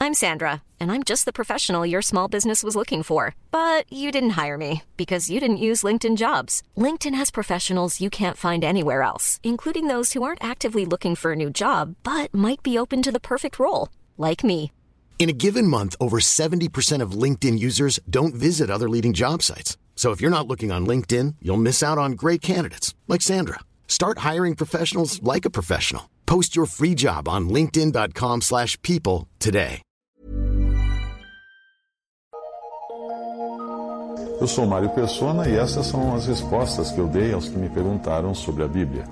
I'm Sandra, and I'm just the professional your small business was looking for. But you didn't hire me because you didn't use LinkedIn Jobs. LinkedIn has professionals you can't find anywhere else, including those who aren't actively looking for a new job, but might be open to the perfect role, like me. In a given month, over 70% of LinkedIn users don't visit other leading job sites. So if you're not looking on LinkedIn, you'll miss out on great candidates like Sandra. Start hiring professionals like a professional. Post your free job on linkedin.com/people today. Eu sou Mário Persona e essas são as respostas que eu dei aos que me perguntaram sobre a Bíblia.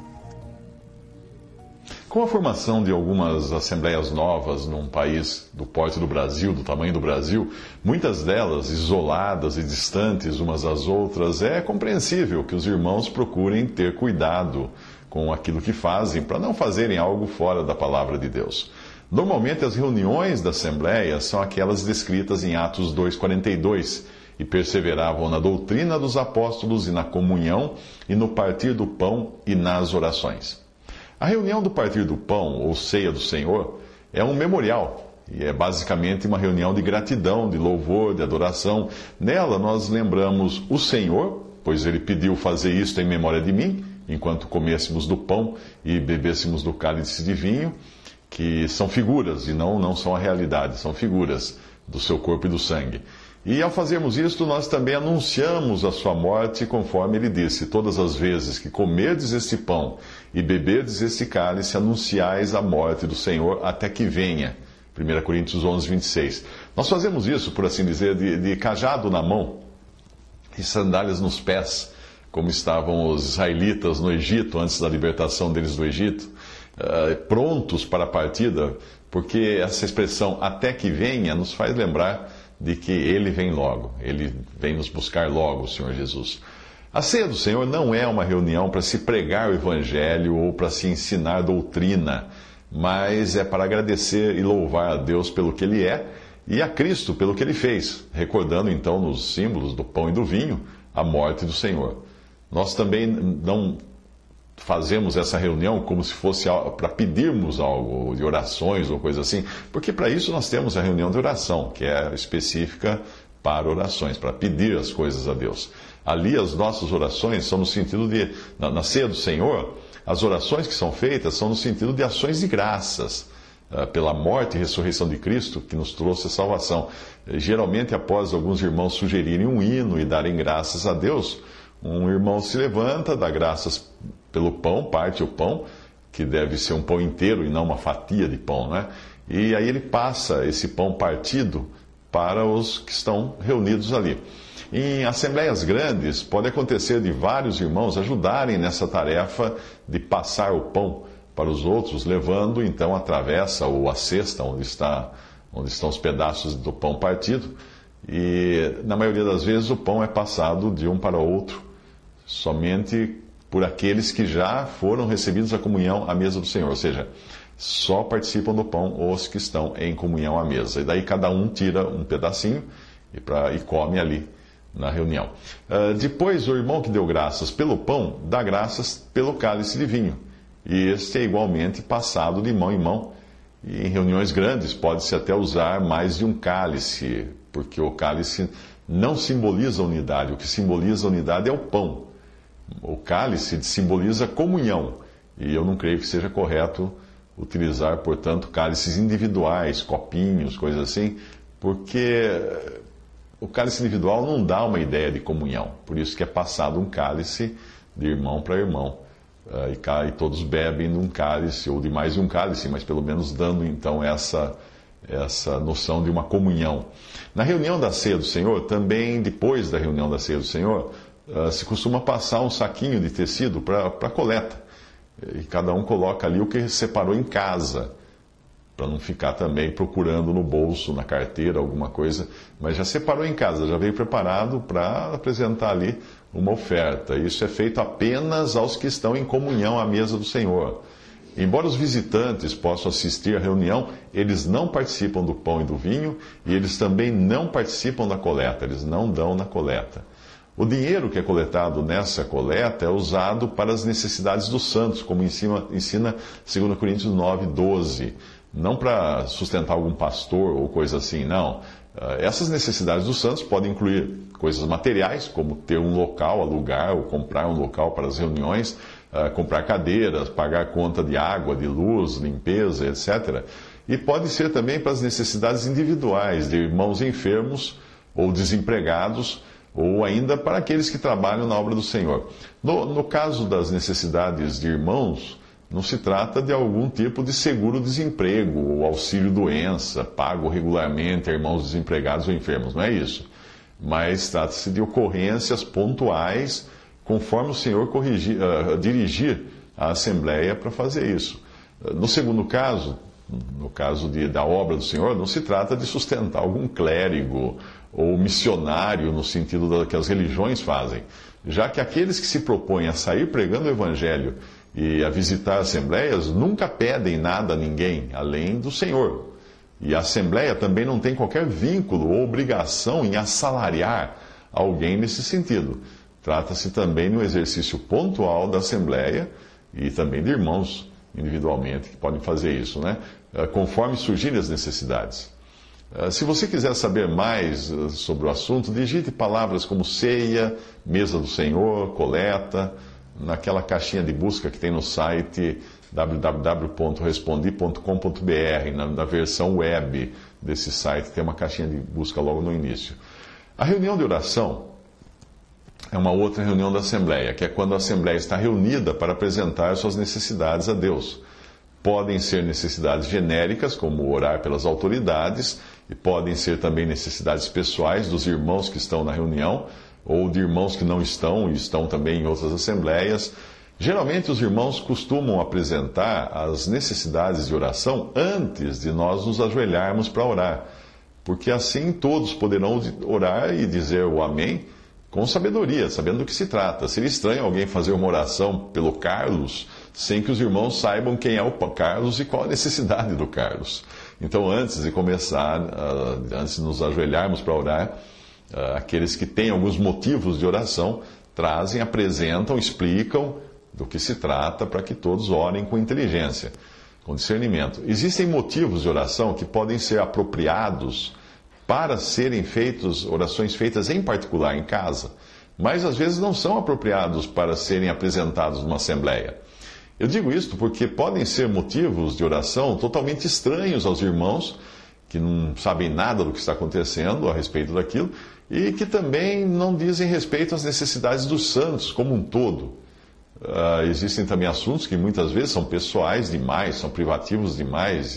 Com a formação de algumas assembleias novas num país do porte do Brasil, do tamanho do Brasil, muitas delas isoladas e distantes umas das outras, é compreensível que os irmãos procurem ter cuidado com aquilo que fazem, para não fazerem algo fora da palavra de Deus. Normalmente as reuniões da assembleia são aquelas descritas em Atos 2,42, e perseveravam na doutrina dos apóstolos e na comunhão e no partir do pão e nas orações. A reunião do partir do pão, ou ceia do Senhor, é um memorial e é basicamente uma reunião de gratidão, de louvor, de adoração. Nela nós lembramos o Senhor, pois ele pediu fazer isto em memória de mim, enquanto comêssemos do pão e bebêssemos do cálice de vinho, que são figuras e não são a realidade, são figuras do seu corpo e do sangue. E ao fazermos isto, nós também anunciamos a sua morte, conforme ele disse: todas as vezes que comerdes este pão e beberdes este cálice, anunciais a morte do Senhor até que venha. 1 Coríntios 11, 26. Nós fazemos isso, por assim dizer, de cajado na mão e sandálias nos pés, como estavam os israelitas no Egito, antes da libertação deles do Egito, prontos para a partida, porque essa expressão até que venha nos faz lembrar de que Ele vem logo, Ele vem nos buscar logo, o Senhor Jesus. A ceia do Senhor não é uma reunião para se pregar o Evangelho ou para se ensinar doutrina, mas é para agradecer e louvar a Deus pelo que Ele é e a Cristo pelo que Ele fez, recordando então nos símbolos do pão e do vinho a morte do Senhor. Nós também não fazemos essa reunião como se fosse para pedirmos algo, de orações ou coisa assim, porque para isso nós temos a reunião de oração, que é específica para orações, para pedir as coisas a Deus. Ali as nossas orações são no sentido de, na ceia do Senhor, as orações que são feitas são no sentido de ações de graças, pela morte e ressurreição de Cristo, que nos trouxe a salvação. Geralmente, após alguns irmãos sugerirem um hino e darem graças a Deus, um irmão se levanta, dá graças pelo pão, parte o pão, que deve ser um pão inteiro e não uma fatia de pão, né? E aí ele passa esse pão partido para os que estão reunidos ali. Em assembleias grandes, pode acontecer de vários irmãos ajudarem nessa tarefa de passar o pão para os outros, levando então a travessa ou a cesta onde estão os pedaços do pão partido. E na maioria das vezes o pão é passado de um para o outro, somente por aqueles que já foram recebidos a comunhão à mesa do Senhor, ou seja, só participam do pão os que estão em comunhão à mesa. E daí cada um tira um pedacinho e come ali na reunião. Depois o irmão que deu graças pelo pão, dá graças pelo cálice de vinho. E este é igualmente passado de mão em mão. E em reuniões grandes pode-se até usar mais de um cálice, porque o cálice não simboliza unidade. O que simboliza unidade é o pão. O cálice simboliza comunhão, e eu não creio que seja correto utilizar, portanto, cálices individuais, copinhos, coisas assim, porque o cálice individual não dá uma ideia de comunhão. Por isso que é passado um cálice de irmão para irmão, e todos bebem num cálice, ou de mais de um cálice, mas pelo menos dando então essa noção de uma comunhão. Na reunião da ceia do Senhor, também depois da reunião da ceia do Senhor, se costuma passar um saquinho de tecido para coleta. E cada um coloca ali o que separou em casa, para não ficar também procurando no bolso, na carteira, alguma coisa. Mas já separou em casa, já veio preparado para apresentar ali uma oferta. Isso é feito apenas aos que estão em comunhão à mesa do Senhor. Embora os visitantes possam assistir à reunião, eles não participam do pão e do vinho, e eles também não participam da coleta, eles não dão na coleta. O dinheiro que é coletado nessa coleta é usado para as necessidades dos santos, como ensina 2 Coríntios 9, 12. não para sustentar algum pastor ou coisa assim, não. Essas necessidades dos santos podem incluir coisas materiais, como ter um local, alugar ou comprar um local para as reuniões, comprar cadeiras, pagar conta de água, de luz, limpeza, etc. E pode ser também para as necessidades individuais de irmãos enfermos ou desempregados, ou ainda para aqueles que trabalham na obra do Senhor. No caso das necessidades de irmãos, não se trata de algum tipo de seguro-desemprego ou auxílio-doença, pago regularmente a irmãos desempregados ou enfermos, não é isso. Mas trata-se de ocorrências pontuais, conforme o Senhor dirigir a Assembleia para fazer isso. No segundo caso, no caso da obra do Senhor, não se trata de sustentar algum clérigo ou missionário no sentido que as religiões fazem, já que aqueles que se propõem a sair pregando o Evangelho e a visitar assembleias nunca pedem nada a ninguém, além do Senhor. E a Assembleia também não tem qualquer vínculo ou obrigação em assalariar alguém nesse sentido. Trata-se também de um exercício pontual da Assembleia e também de irmãos individualmente que podem fazer isso, né? Conforme surgirem as necessidades. Se você quiser saber mais sobre o assunto, digite palavras como ceia, mesa do Senhor, coleta, naquela caixinha de busca que tem no site www.respondi.com.br, na versão web desse site, tem uma caixinha de busca logo no início. A reunião de oração é uma outra reunião da Assembleia, que é quando a Assembleia está reunida para apresentar suas necessidades a Deus. Podem ser necessidades genéricas, como orar pelas autoridades, e podem ser também necessidades pessoais dos irmãos que estão na reunião, ou de irmãos que não estão e estão também em outras assembleias. Geralmente os irmãos costumam apresentar as necessidades de oração antes de nós nos ajoelharmos para orar, porque assim todos poderão orar e dizer o amém com sabedoria, sabendo do que se trata. Seria estranho alguém fazer uma oração pelo Carlos sem que os irmãos saibam quem é o Carlos e qual a necessidade do Carlos. Então, antes de começar, antes de nos ajoelharmos para orar, aqueles que têm alguns motivos de oração trazem, apresentam, explicam do que se trata para que todos orem com inteligência, com discernimento. Existem motivos de oração que podem ser apropriados para serem orações feitas em particular em casa, mas às vezes não são apropriados para serem apresentados numa assembleia. Eu digo isto porque podem ser motivos de oração totalmente estranhos aos irmãos, que não sabem nada do que está acontecendo a respeito daquilo, e que também não dizem respeito às necessidades dos santos como um todo. Existem também assuntos que muitas vezes são pessoais demais, são privativos demais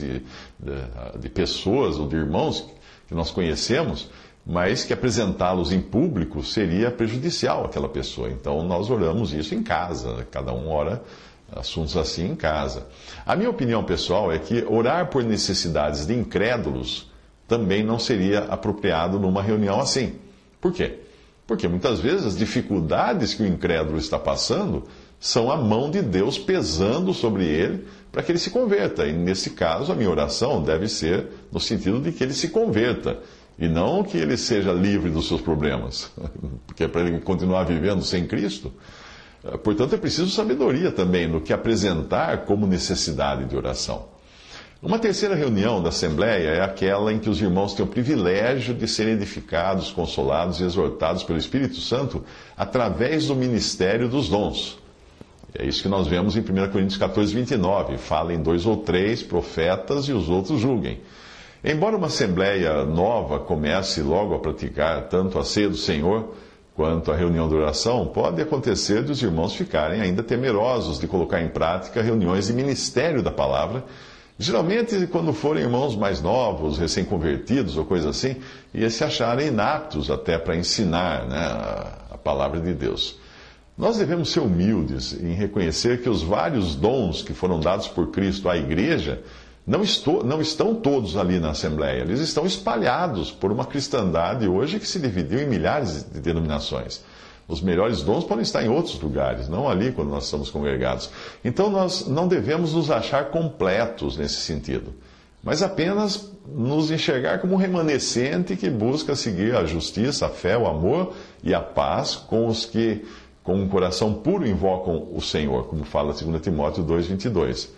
de pessoas ou de irmãos que nós conhecemos, mas que apresentá-los em público seria prejudicial àquela pessoa. Então nós oramos isso em casa, cada um ora assuntos assim em casa. A minha opinião pessoal é que orar por necessidades de incrédulos também não seria apropriado numa reunião assim. Por quê? Porque muitas vezes as dificuldades que o incrédulo está passando são a mão de Deus pesando sobre ele para que ele se converta. E nesse caso, a minha oração deve ser no sentido de que ele se converta e não que ele seja livre dos seus problemas, porque é para ele continuar vivendo sem Cristo. Portanto, é preciso sabedoria também no que apresentar como necessidade de oração. Uma terceira reunião da Assembleia é aquela em que os irmãos têm o privilégio de serem edificados, consolados e exortados pelo Espírito Santo através do ministério dos dons. É isso que nós vemos em 1 Coríntios 14, 29. Falem 2 ou 3 profetas e os outros julguem. Embora uma Assembleia nova comece logo a praticar tanto a ceia do Senhor quanto a reunião de oração, pode acontecer de os irmãos ficarem ainda temerosos de colocar em prática reuniões de ministério da palavra, geralmente quando forem irmãos mais novos, recém-convertidos ou coisa assim, e se acharem inaptos até para ensinar, né, a palavra de Deus. Nós devemos ser humildes em reconhecer que os vários dons que foram dados por Cristo à igreja não estão todos ali na Assembleia. Eles estão espalhados por uma cristandade hoje que se dividiu em milhares de denominações. Os melhores dons podem estar em outros lugares, não ali quando nós estamos congregados. Então nós não devemos nos achar completos nesse sentido, mas apenas nos enxergar como um remanescente que busca seguir a justiça, a fé, o amor e a paz com os que com um coração puro invocam o Senhor, como fala 2 Timóteo 2,22.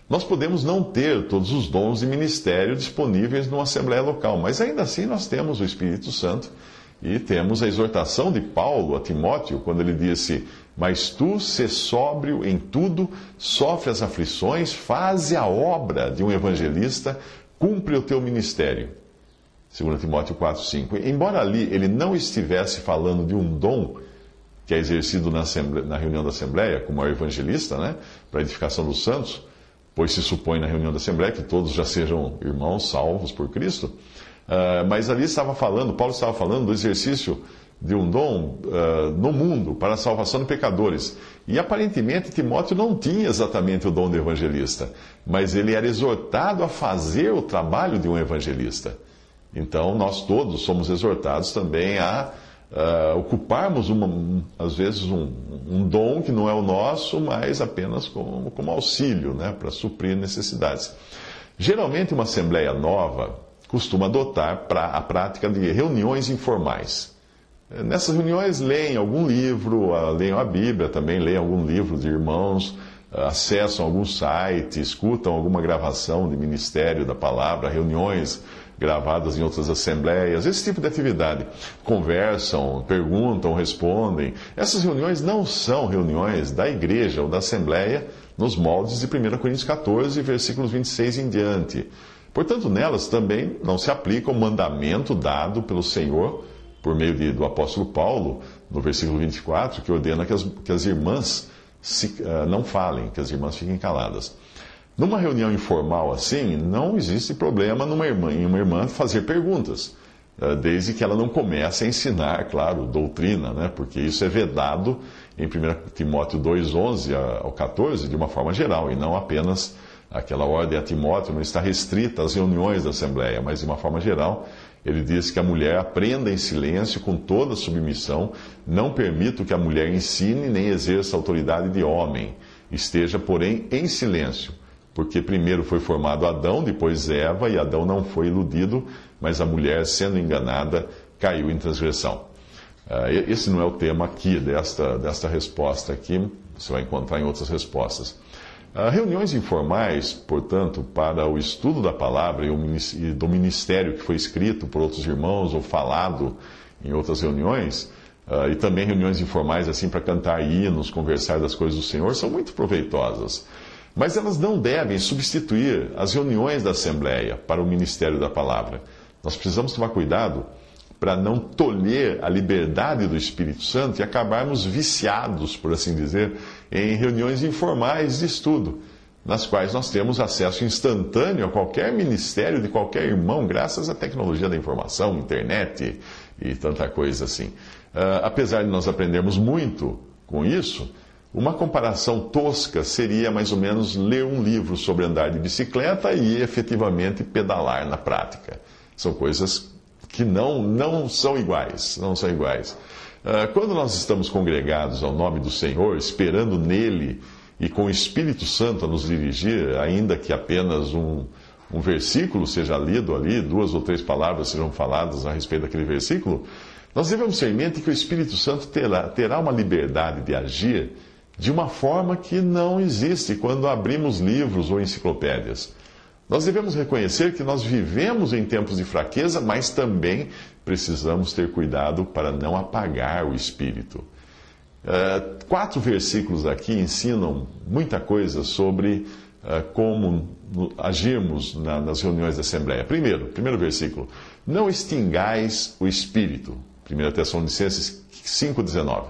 Nós podemos não ter todos os dons de ministério disponíveis numa assembleia local, mas ainda assim nós temos o Espírito Santo e temos a exortação de Paulo a Timóteo, quando ele disse: mas tu, sê sóbrio em tudo, sofre as aflições, faze a obra de um evangelista, cumpre o teu ministério. 2 Timóteo 4,5. Embora ali ele não estivesse falando de um dom que é exercido na reunião da Assembleia, como é o evangelista, né, para a edificação dos santos, pois se supõe na reunião da Assembleia que todos já sejam irmãos salvos por Cristo, mas ali Paulo estava falando do exercício de um dom no mundo para a salvação de pecadores. E aparentemente Timóteo não tinha exatamente o dom de evangelista, mas ele era exortado a fazer o trabalho de um evangelista. Então nós todos somos exortados também a ocuparmos, às vezes, um dom que não é o nosso, mas apenas como auxílio, né, para suprir necessidades. Geralmente uma assembleia nova costuma adotar a prática de reuniões informais. Nessas reuniões leem algum livro, leem a Bíblia, também leem algum livro de irmãos, acessam algum site, escutam alguma gravação de ministério da palavra, reuniões gravadas em outras assembleias, esse tipo de atividade. Conversam, perguntam, respondem. Essas reuniões não são reuniões da igreja ou da assembleia nos moldes de 1 Coríntios 14, versículos 26 em diante. Portanto, nelas também não se aplica o mandamento dado pelo Senhor por meio do apóstolo Paulo, no versículo 24, que ordena que as irmãs não falem, que as irmãs fiquem caladas. Numa reunião informal assim, não existe problema em uma irmã fazer perguntas, desde que ela não comece a ensinar, claro, doutrina, né? Porque isso é vedado em 1 Timóteo 2:11 ao 14, de uma forma geral, e não apenas aquela ordem a Timóteo não está restrita às reuniões da Assembleia, mas de uma forma geral, ele diz que a mulher aprenda em silêncio, com toda submissão, não permito que a mulher ensine nem exerça autoridade de homem, esteja, porém, em silêncio. Porque primeiro foi formado Adão, depois Eva, e Adão não foi iludido, mas a mulher, sendo enganada, caiu em transgressão. Esse não é o tema aqui, desta resposta aqui, você vai encontrar em outras respostas. Reuniões informais, portanto, para o estudo da palavra e do ministério que foi escrito por outros irmãos ou falado em outras reuniões, e também reuniões informais assim para cantar hinos, conversar das coisas do Senhor, são muito proveitosas. Mas elas não devem substituir as reuniões da Assembleia para o ministério da palavra. Nós precisamos tomar cuidado para não tolher a liberdade do Espírito Santo e acabarmos viciados, por assim dizer, em reuniões informais de estudo, nas quais nós temos acesso instantâneo a qualquer ministério de qualquer irmão, graças à tecnologia da informação, internet e tanta coisa assim. Apesar de nós aprendermos muito com isso, uma comparação tosca seria mais ou menos ler um livro sobre andar de bicicleta e efetivamente pedalar na prática. São coisas que não são iguais, não são iguais. Quando nós estamos congregados ao nome do Senhor, esperando nele e com o Espírito Santo a nos dirigir, ainda que apenas um versículo seja lido ali, 2 ou 3 palavras sejam faladas a respeito daquele versículo, nós devemos ter em mente que o Espírito Santo terá uma liberdade de agir de uma forma que não existe quando abrimos livros ou enciclopédias. Nós devemos reconhecer que nós vivemos em tempos de fraqueza, mas também precisamos ter cuidado para não apagar o Espírito. 4 versículos aqui ensinam muita coisa sobre como agirmos nas reuniões da Assembleia. Primeiro versículo. Não extingais o Espírito. 1 Tessalonicenses 5,19.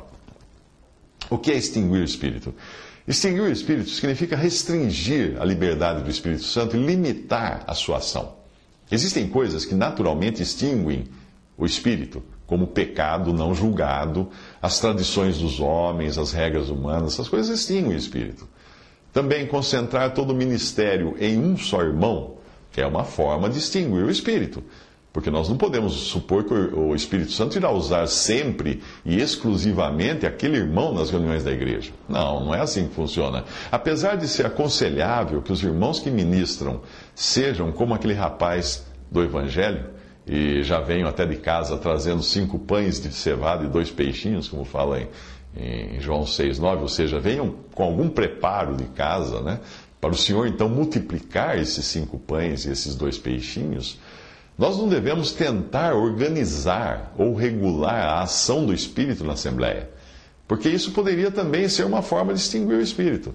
O que é extinguir o Espírito? Extinguir o Espírito significa restringir a liberdade do Espírito Santo e limitar a sua ação. Existem coisas que naturalmente extinguem o Espírito, como o pecado não julgado, as tradições dos homens, as regras humanas, essas coisas extinguem o Espírito. Também concentrar todo o ministério em um só irmão é uma forma de extinguir o Espírito. Porque nós não podemos supor que o Espírito Santo irá usar sempre e exclusivamente aquele irmão nas reuniões da igreja. Não é assim que funciona. Apesar de ser aconselhável que os irmãos que ministram sejam como aquele rapaz do Evangelho, e já venham até de casa trazendo 5 pães de cevada e 2 peixinhos, como fala em João 6,9, ou seja, venham com algum preparo de casa, né, para o Senhor então multiplicar esses 5 pães e esses 2 peixinhos, nós não devemos tentar organizar ou regular a ação do Espírito na Assembleia, porque isso poderia também ser uma forma de extinguir o Espírito.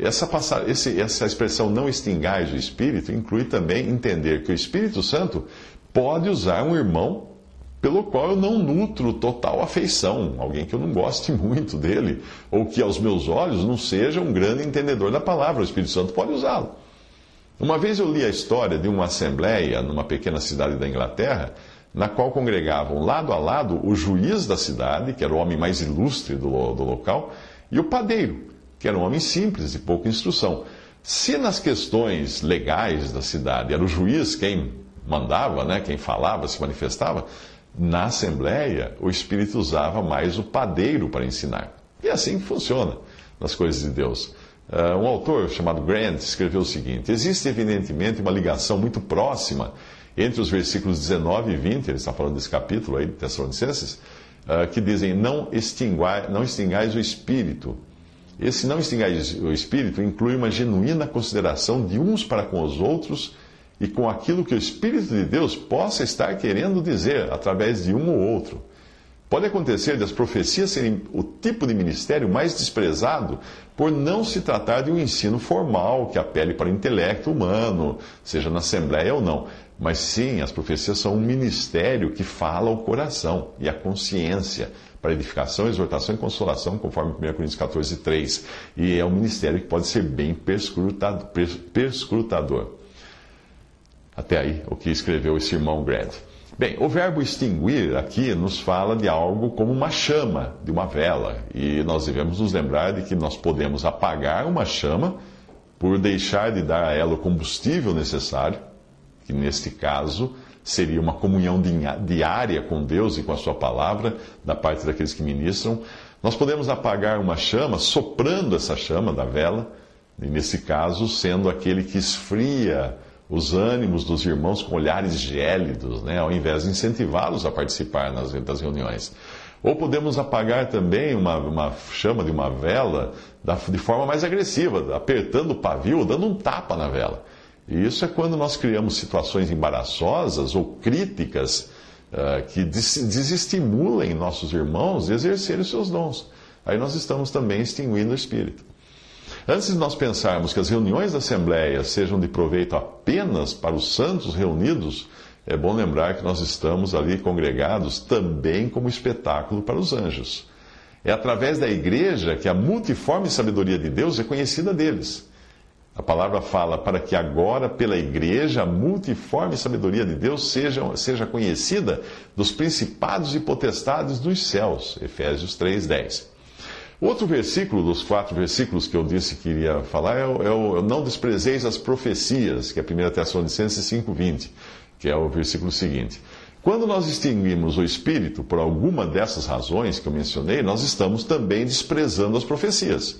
Essa expressão não extingais o Espírito inclui também entender que o Espírito Santo pode usar um irmão pelo qual eu não nutro total afeição, alguém que eu não goste muito dele, ou que aos meus olhos não seja um grande entendedor da palavra. O Espírito Santo pode usá-lo. Uma vez eu li a história de uma assembleia numa pequena cidade da Inglaterra, na qual congregavam lado a lado o juiz da cidade, que era o homem mais ilustre do local, e o padeiro, que era um homem simples e pouca instrução. Se nas questões legais da cidade era o juiz quem mandava, né, quem falava, se manifestava, na Assembleia o Espírito usava mais o padeiro para ensinar. E é assim que funciona nas coisas de Deus. Um autor chamado Grant escreveu o seguinte: existe evidentemente uma ligação muito próxima entre os versículos 19 e 20, ele está falando desse capítulo aí de Tessalonicenses, que dizem, não extingais o Espírito. Esse não extingais o Espírito inclui uma genuína consideração de uns para com os outros e com aquilo que o Espírito de Deus possa estar querendo dizer através de um ou outro. Pode acontecer de as profecias serem o tipo de ministério mais desprezado por não se tratar de um ensino formal que apele para o intelecto humano, seja na Assembleia ou não. Mas sim, as profecias são um ministério que fala ao coração e à consciência, para edificação, exortação e consolação, conforme 1 Coríntios 14, 3. E é um ministério que pode ser bem perscrutador. Até aí, o que escreveu esse irmão Grant. Bem, o verbo extinguir aqui nos fala de algo como uma chama de uma vela. E nós devemos nos lembrar de que nós podemos apagar uma chama por deixar de dar a ela o combustível necessário, que neste caso seria uma comunhão diária com Deus e com a sua palavra, da parte daqueles que ministram. Nós podemos apagar uma chama soprando essa chama da vela, e nesse caso sendo aquele que esfria os ânimos dos irmãos com olhares gélidos, né, ao invés de incentivá-los a participar das reuniões. Ou podemos apagar também uma chama de uma vela de forma mais agressiva, apertando o pavio, dando um tapa na vela. E isso é quando nós criamos situações embaraçosas ou críticas que desestimulem nossos irmãos de exercerem os seus dons. Aí nós estamos também extinguindo o Espírito. Antes de nós pensarmos que as reuniões da Assembleia sejam de proveito apenas para os santos reunidos, é bom lembrar que nós estamos ali congregados também como espetáculo para os anjos. É através da igreja que a multiforme sabedoria de Deus é conhecida deles. A palavra fala para que agora, pela igreja, a multiforme sabedoria de Deus seja conhecida dos principados e potestades dos céus. Efésios 3:10. Outro versículo dos 4 versículos que eu disse que iria falar é o não desprezeis as profecias, que é 1 Tessalonicenses 5:20, que é o versículo seguinte. Quando nós extinguimos o Espírito por alguma dessas razões que eu mencionei, nós estamos também desprezando as profecias.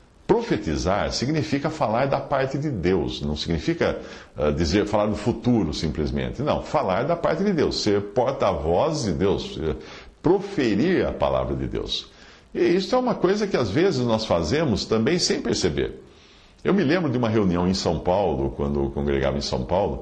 Profetizar significa falar da parte de Deus, não significa falar do futuro simplesmente. Não, falar da parte de Deus, ser porta-voz de Deus, proferir a palavra de Deus. E isso é uma coisa que às vezes nós fazemos também sem perceber. Eu me lembro de uma reunião em São Paulo, quando eu congregava em São Paulo,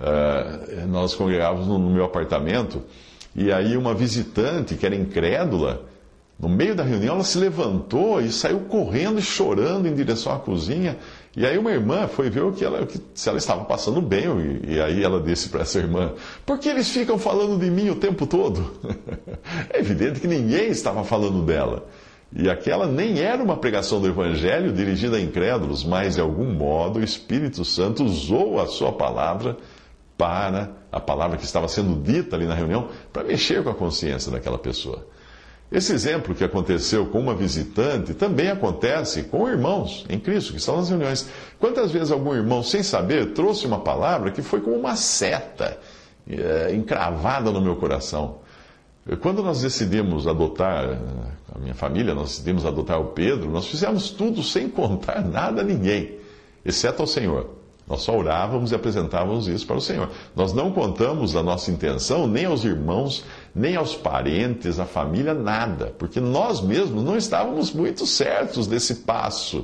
nós congregávamos no meu apartamento, e aí uma visitante que era incrédula, no meio da reunião, ela se levantou e saiu correndo e chorando em direção à cozinha. E aí uma irmã foi ver se ela estava passando bem. E aí ela disse para essa irmã, por que eles ficam falando de mim o tempo todo? É evidente que ninguém estava falando dela. E aquela nem era uma pregação do Evangelho dirigida a incrédulos, mas de algum modo o Espírito Santo usou a sua palavra para, a palavra que estava sendo dita ali na reunião, para mexer com a consciência daquela pessoa. Esse exemplo que aconteceu com uma visitante também acontece com irmãos em Cristo, que estão nas reuniões. Quantas vezes algum irmão, sem saber, trouxe uma palavra que foi como uma seta encravada no meu coração? Quando nós decidimos adotar, a minha família, nós decidimos adotar o Pedro, nós fizemos tudo sem contar nada a ninguém, exceto ao Senhor. Nós só orávamos e apresentávamos isso para o Senhor. Nós não contamos a nossa intenção nem aos irmãos, nem aos parentes, à família, nada. Porque nós mesmos não estávamos muito certos desse passo.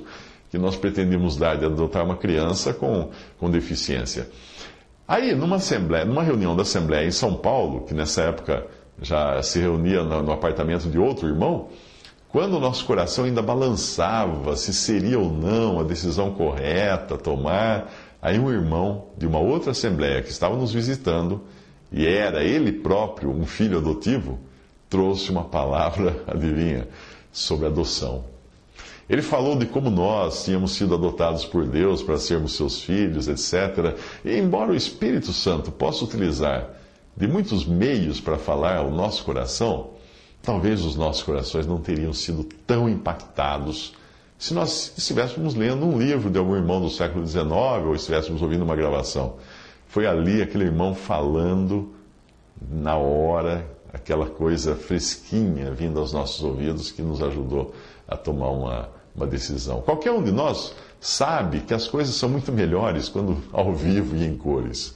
que nós pretendíamos dar de adotar uma criança com deficiência. Aí, numa reunião da Assembleia em São Paulo, que nessa época já se reunia no apartamento de outro irmão, quando o nosso coração ainda balançava se seria ou não a decisão correta a tomar, aí um irmão de uma outra Assembleia que estava nos visitando, e era ele próprio um filho adotivo, trouxe uma palavra, adivinha, sobre adoção. Ele falou de como nós tínhamos sido adotados por Deus para sermos seus filhos, etc. E embora o Espírito Santo possa utilizar de muitos meios para falar ao nosso coração, talvez os nossos corações não teriam sido tão impactados se nós estivéssemos lendo um livro de algum irmão do século XIX ou estivéssemos ouvindo uma gravação. Foi ali aquele irmão falando na hora, aquela coisa fresquinha vindo aos nossos ouvidos que nos ajudou a tomar uma decisão. Qualquer um de nós sabe que as coisas são muito melhores quando ao vivo e em cores.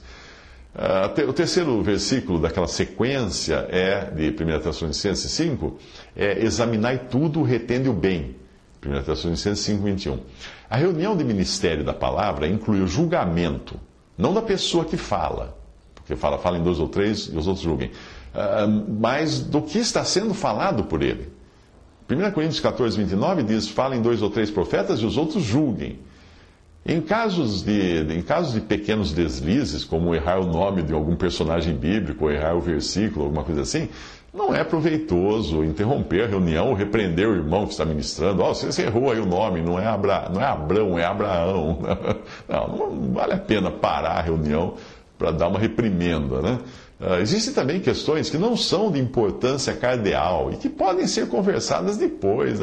O terceiro versículo daquela sequência de 1 Tessalonicenses 5, examinai tudo, retende o bem. 1 Tessalonicenses 5, 21. A reunião de ministério da palavra inclui o julgamento, não da pessoa que fala, porque fala em 2 ou 3 e os outros julguem, mas do que está sendo falado por ele. 1 Coríntios 14, 29 diz, falem 2 ou 3 profetas e os outros julguem. Em casos de pequenos deslizes, como errar o nome de algum personagem bíblico, ou errar o versículo, alguma coisa assim, não é proveitoso interromper a reunião ou repreender o irmão que está ministrando. Você errou aí o nome, não é Abrão, é Abraão. Não vale a pena parar a reunião para dar uma reprimenda, né? Existem também questões que não são de importância cardeal e que podem ser conversadas depois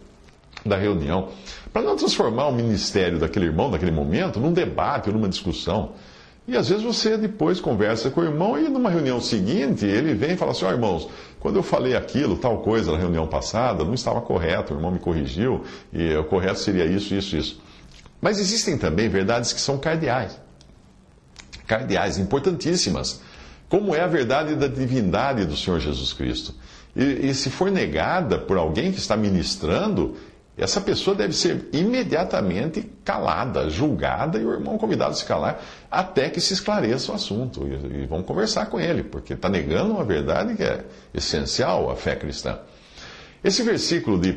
da reunião, para não transformar o ministério daquele irmão, naquele momento, num debate ou numa discussão. E às vezes você depois conversa com o irmão e numa reunião seguinte ele vem e fala assim, irmãos, quando eu falei aquilo, tal coisa na reunião passada, não estava correto, o irmão me corrigiu, e o correto seria isso, isso, isso. Mas existem também verdades que são cardeais, importantíssimas, como é a verdade da divindade do Senhor Jesus Cristo. E se for negada por alguém que está ministrando, essa pessoa deve ser imediatamente calada, julgada, e o irmão convidado a se calar até que se esclareça o assunto. E vamos conversar com ele, porque está negando uma verdade que é essencial à fé cristã. Esse versículo de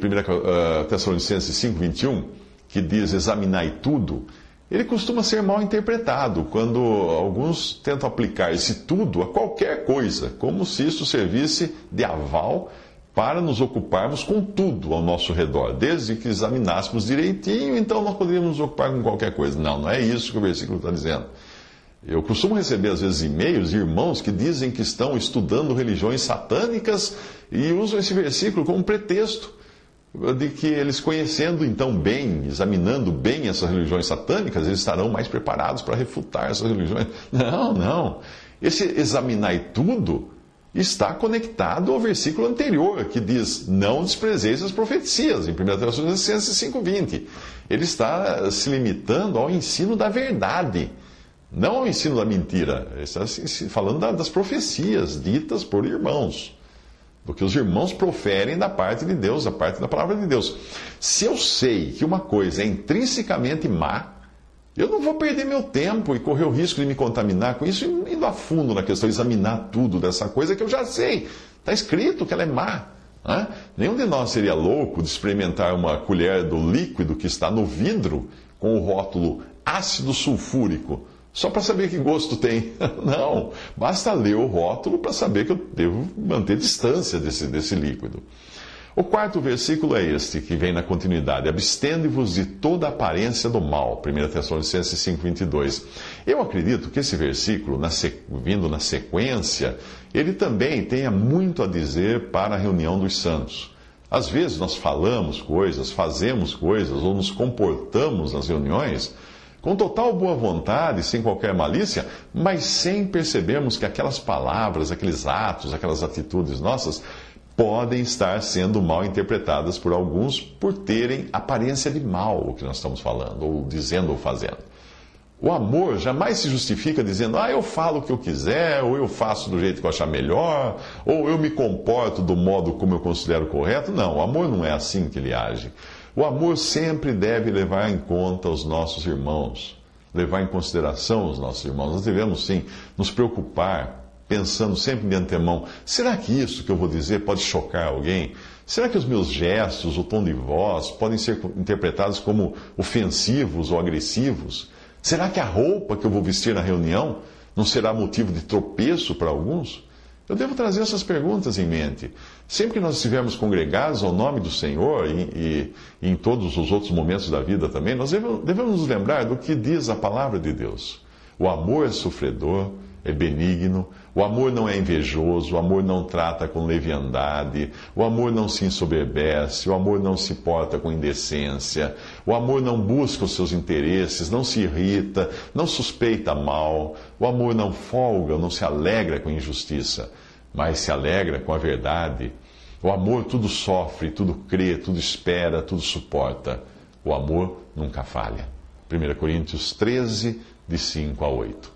1 Tessalonicenses 5, 21, que diz examinai tudo, ele costuma ser mal interpretado quando alguns tentam aplicar esse tudo a qualquer coisa, como se isso servisse de aval para nos ocuparmos com tudo ao nosso redor. Desde que examinássemos direitinho, então nós poderíamos nos ocupar com qualquer coisa. Não é isso que o versículo está dizendo. Eu costumo receber, às vezes, e-mails de irmãos que dizem que estão estudando religiões satânicas e usam esse versículo como pretexto de que eles, conhecendo então bem, examinando bem essas religiões satânicas, eles estarão mais preparados para refutar essas religiões. Não. Esse examinar tudo está conectado ao versículo anterior, que diz, não desprezeis as profecias, em 1 Tessalonicenses 5,20. Ele está se limitando ao ensino da verdade, não ao ensino da mentira. Ele está falando das profecias ditas por irmãos, do que os irmãos proferem da parte de Deus, da parte da palavra de Deus. Se eu sei que uma coisa é intrinsecamente má, eu não vou perder meu tempo e correr o risco de me contaminar com isso, indo a fundo na questão, examinar tudo dessa coisa que eu já sei. Está escrito que ela é má. Né? Nenhum de nós seria louco de experimentar uma colher do líquido que está no vidro com o rótulo ácido sulfúrico, só para saber que gosto tem. Não, basta ler o rótulo para saber que eu devo manter distância desse líquido. O quarto versículo é este, que vem na continuidade. Abstende-vos de toda aparência do mal. 1 Tessalonicenses 5,22. Eu acredito que esse versículo, vindo na sequência, ele também tenha muito a dizer para a reunião dos santos. Às vezes nós falamos coisas, fazemos coisas, ou nos comportamos nas reuniões com total boa vontade, sem qualquer malícia, mas sem percebermos que aquelas palavras, aqueles atos, aquelas atitudes nossas podem estar sendo mal interpretadas por alguns por terem aparência de mal, o que nós estamos falando, ou dizendo ou fazendo. O amor jamais se justifica dizendo, eu falo o que eu quiser, ou eu faço do jeito que eu achar melhor, ou eu me comporto do modo como eu considero correto. Não, o amor não é assim que ele age. O amor sempre deve levar em conta os nossos irmãos, levar em consideração os nossos irmãos. Nós devemos, sim, nos preocupar, pensando sempre de antemão: será que isso que eu vou dizer pode chocar alguém? Será que os meus gestos, o tom de voz, podem ser interpretados como ofensivos ou agressivos? Será que a roupa que eu vou vestir na reunião não será motivo de tropeço para alguns? Eu devo trazer essas perguntas em mente. Sempre que nós estivermos congregados ao nome do Senhor e em todos os outros momentos da vida também, nós devemos nos lembrar do que diz a palavra de Deus. O amor é sofredor, é benigno, o amor não é invejoso, o amor não trata com leviandade, o amor não se ensoberbece, o amor não se porta com indecência, o amor não busca os seus interesses, não se irrita, não suspeita mal, o amor não folga, não se alegra com injustiça, mas se alegra com a verdade. O amor tudo sofre, tudo crê, tudo espera, tudo suporta. O amor nunca falha. 1 Coríntios 13, de 5 a 8.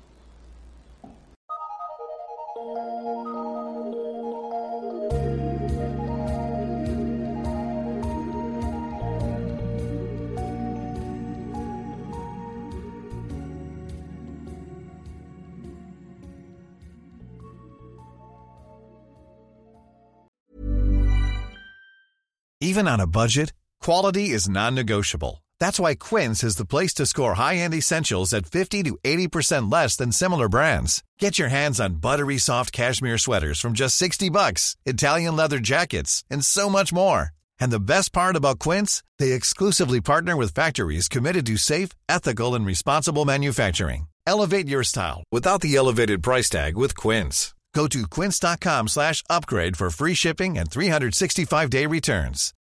Even on a budget, quality is non-negotiable. That's why Quince is the place to score high-end essentials at 50 to 80% less than similar brands. Get your hands on buttery soft cashmere sweaters from just $60, Italian leather jackets, and so much more. And the best part about Quince, they exclusively partner with factories committed to safe, ethical, and responsible manufacturing. Elevate your style without the elevated price tag with Quince. Go to quince.com/upgrade for free shipping and 365-day returns.